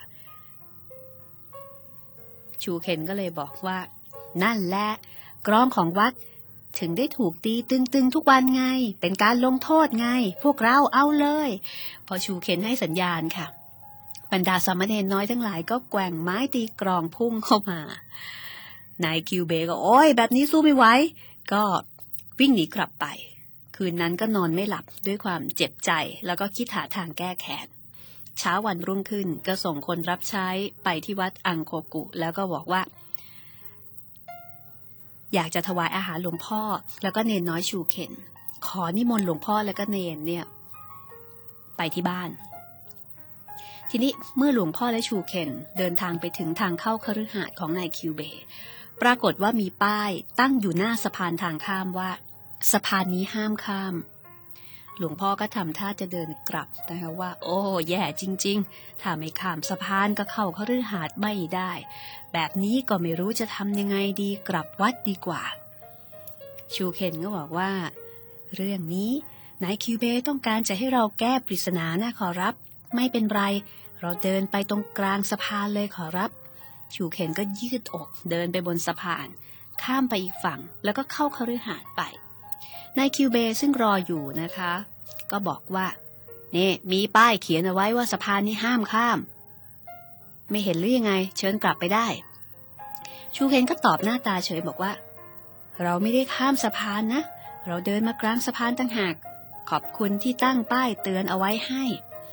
S2: ชูเคนก็เลยบอกว่านั่นแหละกรองของวัดถึงได้ถูกตีตึงๆทุกวันไงเป็นการลงโทษไงพวกเราเอาเลยพอชูเคนให้สัญญาณค่ะบรรดาสามเณรน้อยทั้งหลายก็แกว่งไม้ตีกรองพุ่งเข้ามานายคิวเบก็โอ๊ยแบบนี้สู้ไม่ไหวก็วิ่งหนีกลับไปคืนนั้นก็นอนไม่หลับด้วยความเจ็บใจแล้วก็คิดหาทางแก้แค้นเช้าวันรุ่งขึ้นก็ส่งคนรับใช้ไปที่วัดอังโคกุแล้วก็บอกว่าอยากจะถวายอาหารหลวงพ่อแล้วก็เนนน้อยชูเข็นขอนิมนต์หลวงพ่อแล้วก็เนนเนี่ยไปที่บ้านทีนี้เมื่อหลวงพ่อและชูเข็นเดินทางไปถึงทางเข้าคฤหาสน์ของนายคิวเบปรากฏว่ามีป้ายตั้งอยู่หน้าสะพานทางข้ามว่าสะพานนี้ห้ามข้ามหลวงพ่อก็ทำท่าจะเดินกลับนะคะว่าโอ้แย่จริงๆถ้าไม่ข้ามสะพานก็เข้าคฤหาสน์ไม่ได้แบบนี้ก็ไม่รู้จะทำยังไงดีกลับวัดดีกว่าชูเข็นก็บอกว่าเรื่องนี้นายคิวเบต้องการจะให้เราแก้ปริศนานะขอรับไม่เป็นไรเราเดินไปตรงกลางสะพานเลยขอรับชูเข็นก็ยืดอกเดินไปบนสะพานข้ามไปอีกฝั่งแล้วก็เข้าคฤหาสน์ไปนายคิวเบซึ่งรออยู่นะคะก็บอกว่านี่มีป้ายเขียนเอาไว้ว่าสะพานนี้ห้ามข้ามไม่เห็นหรือยังไงเชิญกลับไปได้ชูเข็นก็ตอบหน้าตาเฉยบอกว่าเราไม่ได้ข้ามสะพานนะเราเดินมากลางสะพานต่างหากขอบคุณที่ตั้งป้ายเตือนเอาไว้ให้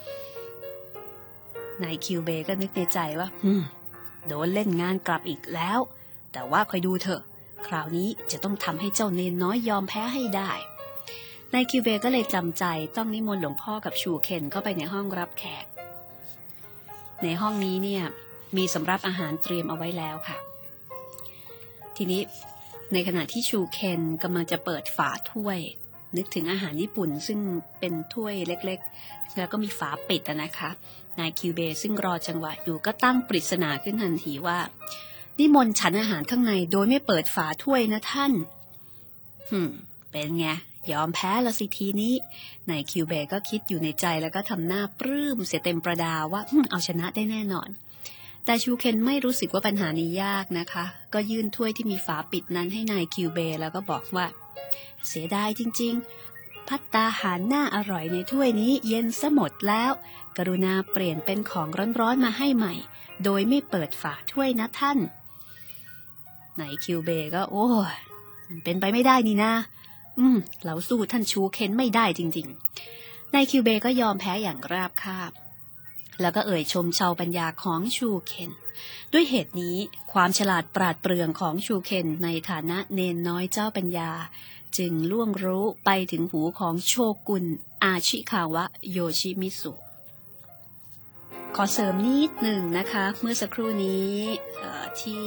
S2: นายคิวเบก็นึกในใจว่าโดนเล่นงานกลับอีกแล้วแต่ว่าคอยดูเถอะคราวนี้จะต้องทำให้เจ้าเนนน้อยยอมแพ้ให้ได้นายคิวเบก็เลยจำใจต้องนิมนต์หลวงพ่อกับชูเข็นเข้าไปในห้องรับแขกในห้องนี้เนี่ยมีสำรับอาหารเตรียมเอาไว้แล้วค่ะทีนี้ในขณะที่ชูเข็นกำลังจะเปิดฝาถ้วยนึกถึงอาหารญี่ปุ่นซึ่งเป็นถ้วยเล็กๆแล้วก็มีฝาปิดนะคะนายคิวเบซึ่งรอจังหวะอยู่ก็ตั้งปริศนาขึ้นทันทีว่านิมนต์ฉันอาหารข้างในโดยไม่เปิดฝาถ้วยนะท่านเป็นไงยอมแพ้ละสิทีนี้นายคิวเบก็คิดอยู่ในใจแล้วก็ทำหน้าปลื้มเสียเต็มประดาว่าเอาชนะได้แน่นอนแต่ชูเข็นไม่รู้สึกว่าปัญหานี้ยากนะคะก็ยื่นถ้วยที่มีฝาปิดนั้นให้นายคิวเบแล้วก็บอกว่าเสียดายจริงๆภัตตาหารน่าอร่อยในถ้วยนี้เย็นซะหมดแล้วกรุณาเปลี่ยนเป็นของร้อนๆมาให้ใหม่โดยไม่เปิดฝาถ้วยนะท่านนายคิวเบก็โอ้มันเป็นไปไม่ได้นี่นะเราสู้ท่านชูเข็นไม่ได้จริงๆนายคิวเบก็ยอมแพ้อย่างราบคาบแล้วก็เอ่ยชมชาวปัญญาของชูเข็นด้วยเหตุนี้ความฉลาดปราดเปรื่องของชูเข็นในฐานะเนนน้อยเจ้าปัญญาจึงล่วงรู้ไปถึงหูของโชกุนอาชิคาวะโยชิมิสุขอเสริมนิดหนึ่งนะคะเมื่อสักครู่นี้ที่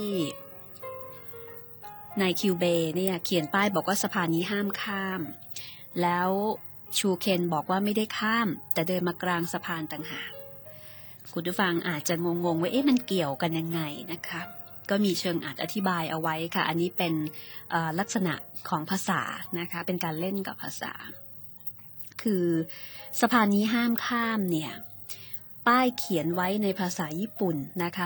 S2: นายคิวเบเนี่ยเขียนป้ายบอกว่าสะพานนี้ห้ามข้ามแล้วชูเข็นบอกว่าไม่ได้ข้ามแต่เดินมากลางสะพานต่างหากคุณผู้ฟังอาจจะงงๆว่ามันเกี่ยวกันยังไงนะคะก็มีเชิงอธิบายเอาไว้ค่ะอันนี้เป็นลักษณะของภาษานะคะเป็นการเล่นกับภาษาคือสะพานนี้ห้ามข้ามเนี่ยป้ายเขียนไว้ในภาษาญี่ปุ่นนะคะ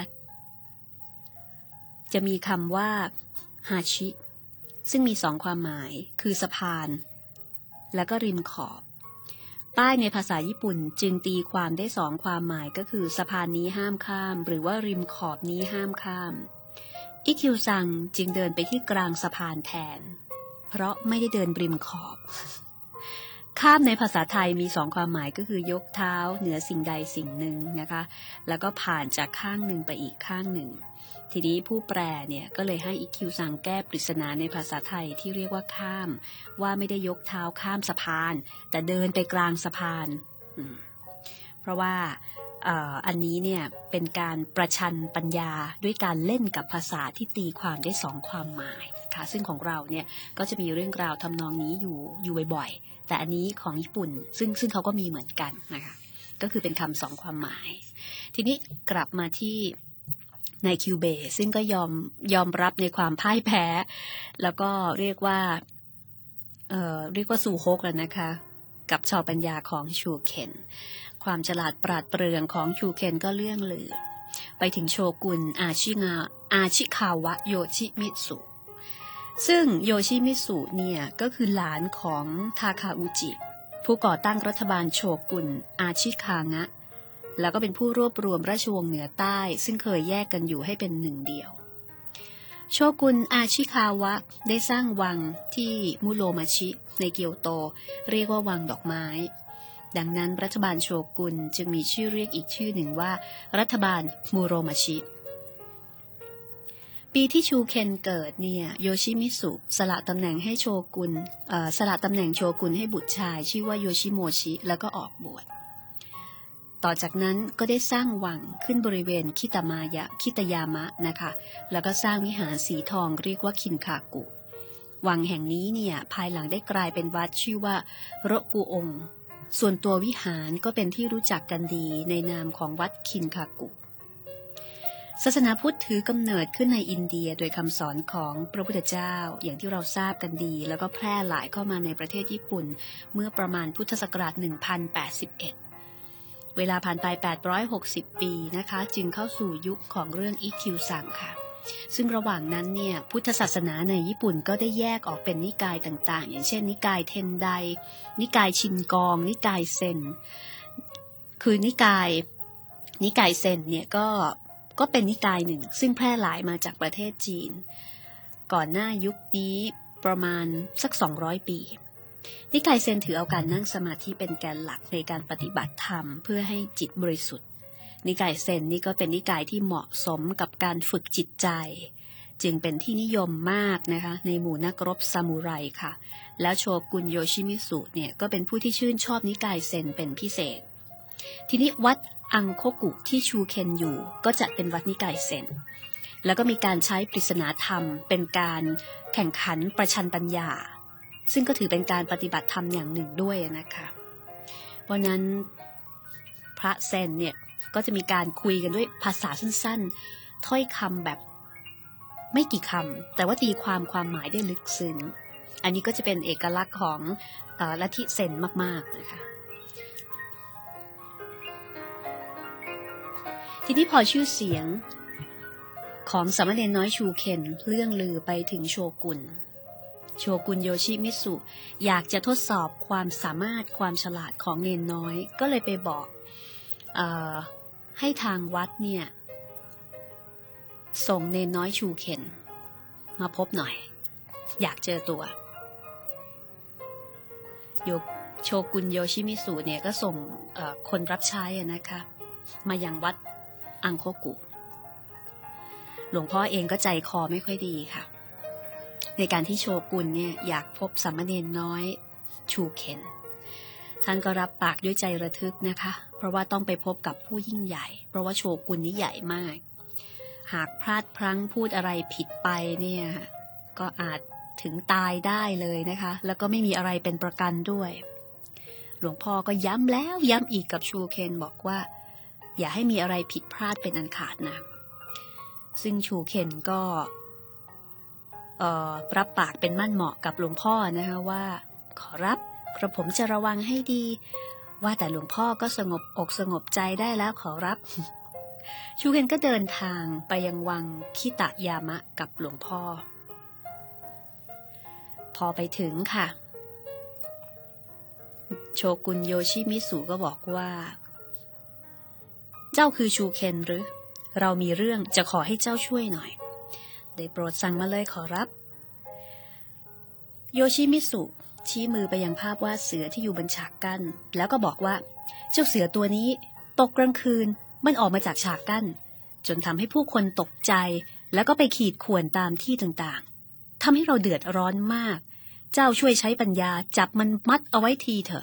S2: จะมีคำว่าฮาชิซึ่งมี2ความหมายคือสะพานแล้วก็ริมขอบป้ายในภาษาญี่ปุ่นจึงตีความได้2ความหมายก็คือสะพานนี้ห้ามข้ามหรือว่าริมขอบนี้ห้ามข้ามอิคิวซังจึงเดินไปที่กลางสะพานแทนเพราะไม่ได้เดินริมขอบข้ามในภาษาไทยมี2ความหมายก็คือยกเท้าเหนือสิ่งใดสิ่งหนึ่งนะคะแล้วก็ผ่านจากข้างหนึ่งไปอีกข้างหนึ่งทีนี้ผู้แปลเนี่ยก็เลยให้อิคิวซังแก้ปริศนาในภาษาไทยที่เรียกว่าข้ามว่าไม่ได้ยกเท้าข้ามสะพานแต่เดินไปกลางสะพานเพราะว่าอันนี้เนี่ยเป็นการประชันปัญญาด้วยการเล่นกับภาษาที่ตีความได้2ความหมายค่ะซึ่งของเราเนี่ยก็จะมีเรื่องราวทำนองนี้อยู่บ่อยๆแต่อันนี้ของญี่ปุ่นซึ่งเขาก็มีเหมือนกันนะคะก็คือเป็นคำ2ความหมายทีนี้กลับมาที่นายคิวเบซึ่งก็ยอมรับในความพ่ายแพ้แล้วก็เรียกว่าสู่ฮกแล้วนะคะกับชาวปัญญาของชูเข็นความฉลาดปราดเปรื่องของชูเข็นก็เลื่องลือไปถึงโชกุนอาชิคาวะโยชิมิสุ ซึ่งโยชิมิสุเนี่ยก็คือหลานของทาคาอุจิผู้ก่อตั้งรัฐบาลโชกุนอาชิคางะแล้วก็เป็นผู้รวบรวมราชวงศ์เหนือใต้ซึ่งเคยแยกกันอยู่ให้เป็นหนึ่งเดียวโชกุนอาชิคาวะได้สร้างวังที่มุโรมาชิในเกียวโตเรียกว่าวังดอกไม้ดังนั้นรัฐบาลโชกุนจึงมีชื่อเรียกอีกชื่อหนึ่งว่ารัฐบาลมุโรมาชิปีที่ชูเคนเกิดเนี่ยโยชิมิสุสละตำแหน่งให้โชกุนสละตำแหน่งโชกุนให้บุตรชายชื่อว่าโยชิโมชิแล้วก็ออกบวชต่อจากนั้นก็ได้สร้างวังขึ้นบริเวณคิตายามะนะคะแล้วก็สร้างวิหารสีทองเรียกว่าคินคากุวังแห่งนี้เนี่ยภายหลังได้กลายเป็นวัดชื่อว่าโรกุองส่วนตัววิหารก็เป็นที่รู้จักกันดีในนามของวัดคินคากุศาสนาพุทธถือกำเนิดขึ้นในอินเดียโดยคำสอนของพระพุทธเจ้าอย่างที่เราทราบกันดีแล้วก็แพร่หลายเข้ามาในประเทศญี่ปุ่นเมื่อประมาณพุทธศักราช 1081 เวลาผ่านไป860 ปีนะคะจึงเข้าสู่ยุคของเรื่องอิคิวซังค่ะซึ่งระหว่างนั้นเนี่ยพุทธศาสนาในญี่ปุ่นก็ได้แยกออกเป็นนิกายต่างๆอย่างเช่นนิกายเทนไดนิกายชินกองนิกายเซนคือนิกายเซนเนี่ยก็เป็นนิกายหนึ่งซึ่งแพร่หลายมาจากประเทศจีนก่อนหน้ายุคนี้ประมาณสัก200 ปีนิกายเซนถือเอาการนั่งสมาธิเป็นแกนหลักในการปฏิบัติธรรมเพื่อให้จิตบริสุทธิ์นิกายเซนนี่ก็เป็นนิกายที่เหมาะสมกับการฝึกจิตใจจึงเป็นที่นิยมมากนะคะในหมู่นักรบซามูไรค่ะแล้วโชกุนโยชิมิสุเนี่ยก็เป็นผู้ที่ชื่นชอบนิกายเซนเป็นพิเศษทีนี้วัดอังโคกุที่ชูเคนอยู่ก็จะเป็นวัดนิกายเซนแล้วก็มีการใช้ปริศนาธรรมเป็นการแข่งขันประชันปัญญาซึ่งก็ถือเป็นการปฏิบัติธรรมอย่างหนึ่งด้วยนะคะเพราะนั้นพระเซนเนี่ยก็จะมีการคุยกันด้วยภาษาสั้นๆถ้อยคำแบบไม่กี่คำแต่ว่าตีความหมายได้ลึกซึ้งอันนี้ก็จะเป็นเอกลักษณ์ของลัทธิเซนมากๆนะคะทีนี้พอชื่อเสียงของสามเณรน้อยชูเคนเลื่องลือไปถึงโชกุนโยชิมิสุอยากจะทดสอบความสามารถความฉลาดของเนนน้อยก็เลยไปบอกให้ทางวัดเนี่ยส่งเนนน้อยชูเคนมาพบหน่อยอยากเจอตัวโชกุนโยชิมิสุเนี่ยก็ส่งคนรับใช้นะคะมายังวัดอังโคกุหลวงพ่อเองก็ใจคอไม่ค่อยดีค่ะในการที่โชกุนเนี่ยอยากพบสามเณรน้อยชูเคนท่านก็รับปากด้วยใจระทึกนะคะเพราะว่าต้องไปพบกับผู้ยิ่งใหญ่เพราะว่าโชกุนนี้ใหญ่มากหากพลาดพลั้งพูดอะไรผิดไปเนี่ยก็อาจถึงตายได้เลยนะคะแล้วก็ไม่มีอะไรเป็นประกันด้วยหลวงพ่อก็ย้ำแล้วย้ำอีกกับชูเคนบอกว่าอย่าให้มีอะไรผิดพลาดเป็นอันขาดนะซึ่งชูเคนก็รับปากเป็นมั่นเหมาะกับหลวงพ่อนะคะว่าขอรับกระผมจะระวังให้ดีว่าแต่หลวงพ่อก็สงบอกสงบใจได้แล้วขอรับชูเคนก็เดินทางไปยังวังคิตายามะกับหลวงพ่อพอไปถึงค่ะโชกุนโยชิมิสุก็บอกว่าเจ้าคือชูเคนหรือเรามีเรื่องจะขอให้เจ้าช่วยหน่อยได้โปรดสั่งมาเลยขอรับโยชิมิสุชี้มือไปยังภาพวาดเสือที่อยู่บนฉากกั้นแล้วก็บอกว่าเจ้าเสือตัวนี้ตกกลางคืนมันออกมาจากฉากกั้นจนทำให้ผู้คนตกใจแล้วก็ไปขีดข่วนตามที่ต่างๆทำให้เราเดือดร้อนมากเจ้าช่วยใช้ปัญญาจับมันมัดเอาไว้ทีเถอะ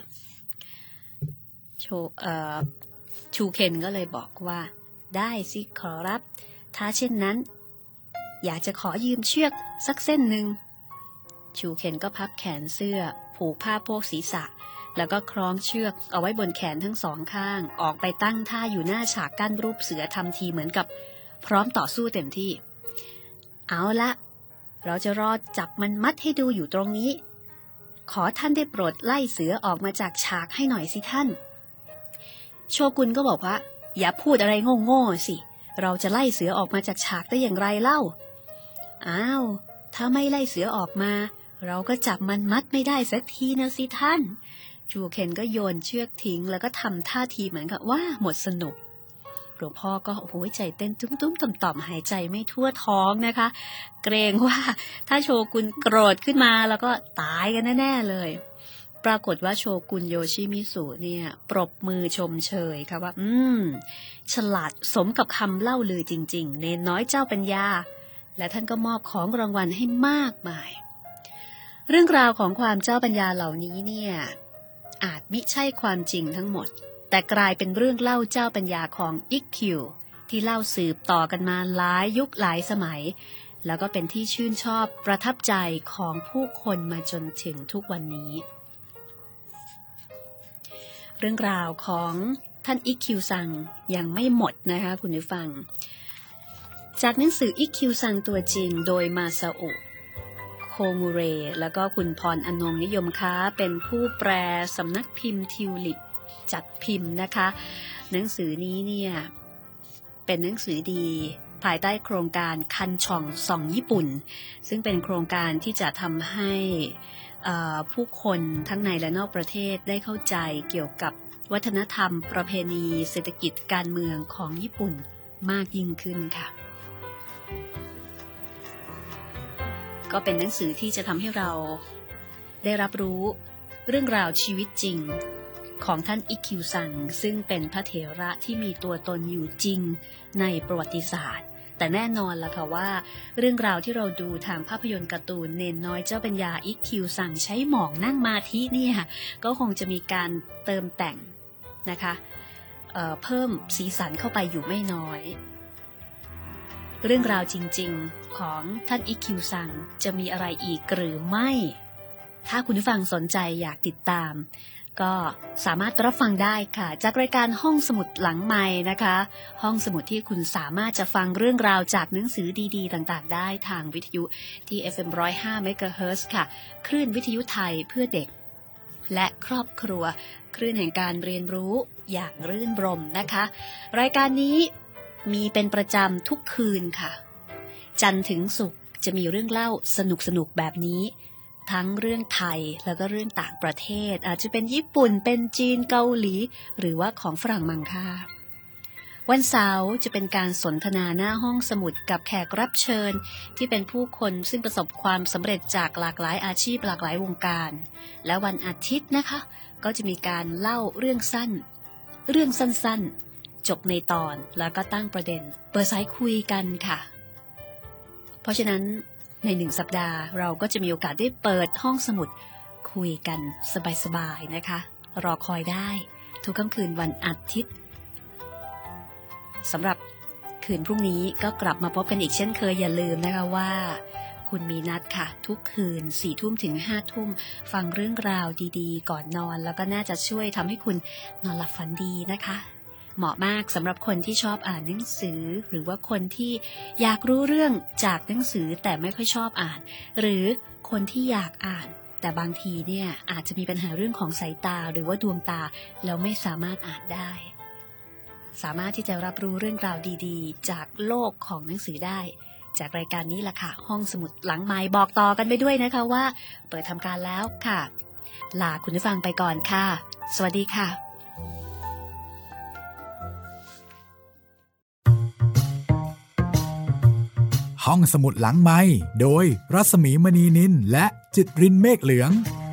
S2: ชูเคนก็เลยบอกว่าได้สิขอรับถ้าเช่นนั้นอยากจะขอยืมเชือกสักเส้นหนึ่งชูเคนก็พับแขนเสื้อผูกผ้าโพกศีรษะแล้วก็คล้องเชือกเอาไว้บนแขนทั้งสองข้างออกไปตั้งท่าอยู่หน้าฉากกั้นรูปเสือทำทีเหมือนกับพร้อมต่อสู้เต็มที่เอาละเราจะรอจับมันมัดให้ดูอยู่ตรงนี้ขอท่านได้โปรดไล่เสือออกมาจากฉากให้หน่อยสิท่านโชกุนก็บอกว่าอย่าพูดอะไรโง่ๆสิเราจะไล่เสือออกมาจากฉากได้อย่างไรเล่าอ้าวถ้าไม่ไล่เสือออกมาเราก็จับมันมัดไม่ได้สักทีนะสิท่านชูเคนก็โยนเชือกทิ้งแล้วก็ทำท่าทีเหมือนกับว่าหมดสนุกหลวงพ่อก็โอ้ยใจเต้นตุ้มๆต่อมๆหายใจไม่ทั่วท้องนะคะเกรงว่าถ้าโชกุนโกรธขึ้นมาแล้วก็ตายกันแน่ๆเลยปรากฏว่าโชกุนโยชิมิสุเนี่ยปรบมือชมเชยค่ะว่าฉลาดสมกับคำเล่าลือจริงๆเนนน้อยเจ้าปัญญาและท่านก็มอบของรางวัลให้มากมายเรื่องราวของความเจ้าปัญญาเหล่านี้เนี่ยอาจมิใช่ความจริงทั้งหมดแต่กลายเป็นเรื่องเล่าเจ้าปัญญาของอิกคิวที่เล่าสืบต่อกันมาหลายยุคหลายสมัยแล้วก็เป็นที่ชื่นชอบประทับใจของผู้คนมาจนถึงทุกวันนี้เรื่องราวของท่านอิกคิวซังยังไม่หมดนะคะคุณผู้ฟังจากหนังสืออิกคิวซังตัวจริงโดยมาซาอุโคมูเรแล้วก็คุณพรอนงนิยมค้าเป็นผู้แปลสำนักพิมพ์ทิวลิปจัดพิมพ์นะคะหนังสือนี้เนี่ยเป็นหนังสือดีภายใต้โครงการคันช่องส่องญี่ปุ่นซึ่งเป็นโครงการที่จะทำให้ผู้คนทั้งในและนอกประเทศได้เข้าใจเกี่ยวกับวัฒนธรรมประเพณีเศรษฐกิจการเมืองของญี่ปุ่นมากยิ่งขึ้นค่ะก็เป็นหนังสือที่จะทำให้เราได้รับรู้เรื่องราวชีวิตจริงของท่านอิกคิวซังซึ่งเป็นพระเถระที่มีตัวตนอยู่จริงในประวัติศาสตร์แต่แน่นอนล่ะค่ะว่าเรื่องราวที่เราดูทางภาพยนตร์การ์ตูนเนนน้อยเจ้าปัญญาอิกคิวซังใช้หมองนั่งมาธิเนี่ยก็คงจะมีการเติมแต่งนะคะเพิ่มสีสันเข้าไปอยู่ไม่น้อยเรื่องราวจริงๆของท่านอิกคิวซังจะมีอะไรอีกหรือไม่ถ้าคุณผู้ฟังสนใจอยากติดตามก็สามารถรับฟังได้ค่ะจากรายการห้องสมุดหลังไมค์นะคะห้องสมุดที่คุณสามารถจะฟังเรื่องราวจากหนังสือดีๆต่างๆได้ทางวิทยุที่ FM 105 MHz ค่ะคลื่นวิทยุไทยเพื่อเด็กและครอบครัวคลื่นแห่งการเรียนรู้อย่างรื่นรมนะคะรายการนี้มีเป็นประจำทุกคืนค่ะจันทร์ถึงศุกร์จะมีเรื่องเล่าสนุกๆแบบนี้ทั้งเรื่องไทยแล้วก็เรื่องต่างประเทศอาจจะเป็นญี่ปุ่นเป็นจีนเกาหลีหรือว่าของฝรั่งมังค่าวันเสาร์จะเป็นการสนทนาหน้าห้องสมุดกับแขกรับเชิญที่เป็นผู้คนซึ่งประสบความสำเร็จจากหลากหลายอาชีพหลากหลายวงการและวันอาทิตย์นะคะก็จะมีการเล่าเรื่องสั้นๆจบในตอนแล้วก็ตั้งประเด็นเปิดสายคุยกันค่ะเพราะฉะนั้นใน1สัปดาห์เราก็จะมีโอกาสได้เปิดห้องสมุดคุยกันสบายๆนะคะรอคอยได้ทุกค่ำคืนวันอาทิตย์สำหรับคืนพรุ่งนี้ก็กลับมาพบกันอีกเช่นเคยอย่าลืมนะคะว่าคุณมีนัดค่ะทุกคืน 4 ทุ่มถึง 5 ทุ่มฟังเรื่องราวดีๆก่อนนอนแล้วก็น่าจะช่วยทำให้คุณนอนหลับฝันดีนะคะเหมาะมากสำหรับคนที่ชอบอ่านหนังสือหรือว่าคนที่อยากรู้เรื่องจากหนังสือแต่ไม่ค่อยชอบอ่านหรือคนที่อยากอ่านแต่บางทีเนี่ยอาจจะมีปัญหาเรื่องของสายตาหรือว่าดวงตาแล้วไม่สามารถอ่านได้สามารถที่จะรับรู้เรื่องราวดีๆจากโลกของหนังสือได้จากรายการนี้ล่ะค่ะห้องสมุดหลังไมค์บอกต่อกันไปด้วยนะคะว่าเปิดทำการแล้วค่ะลาคุณผู้ฟังไปก่อนค่ะสวัสดีค่ะ
S1: ห้องสมุดหลังไมค์โดยรัศมีมณีนินและจิตรินเมฆเหลือง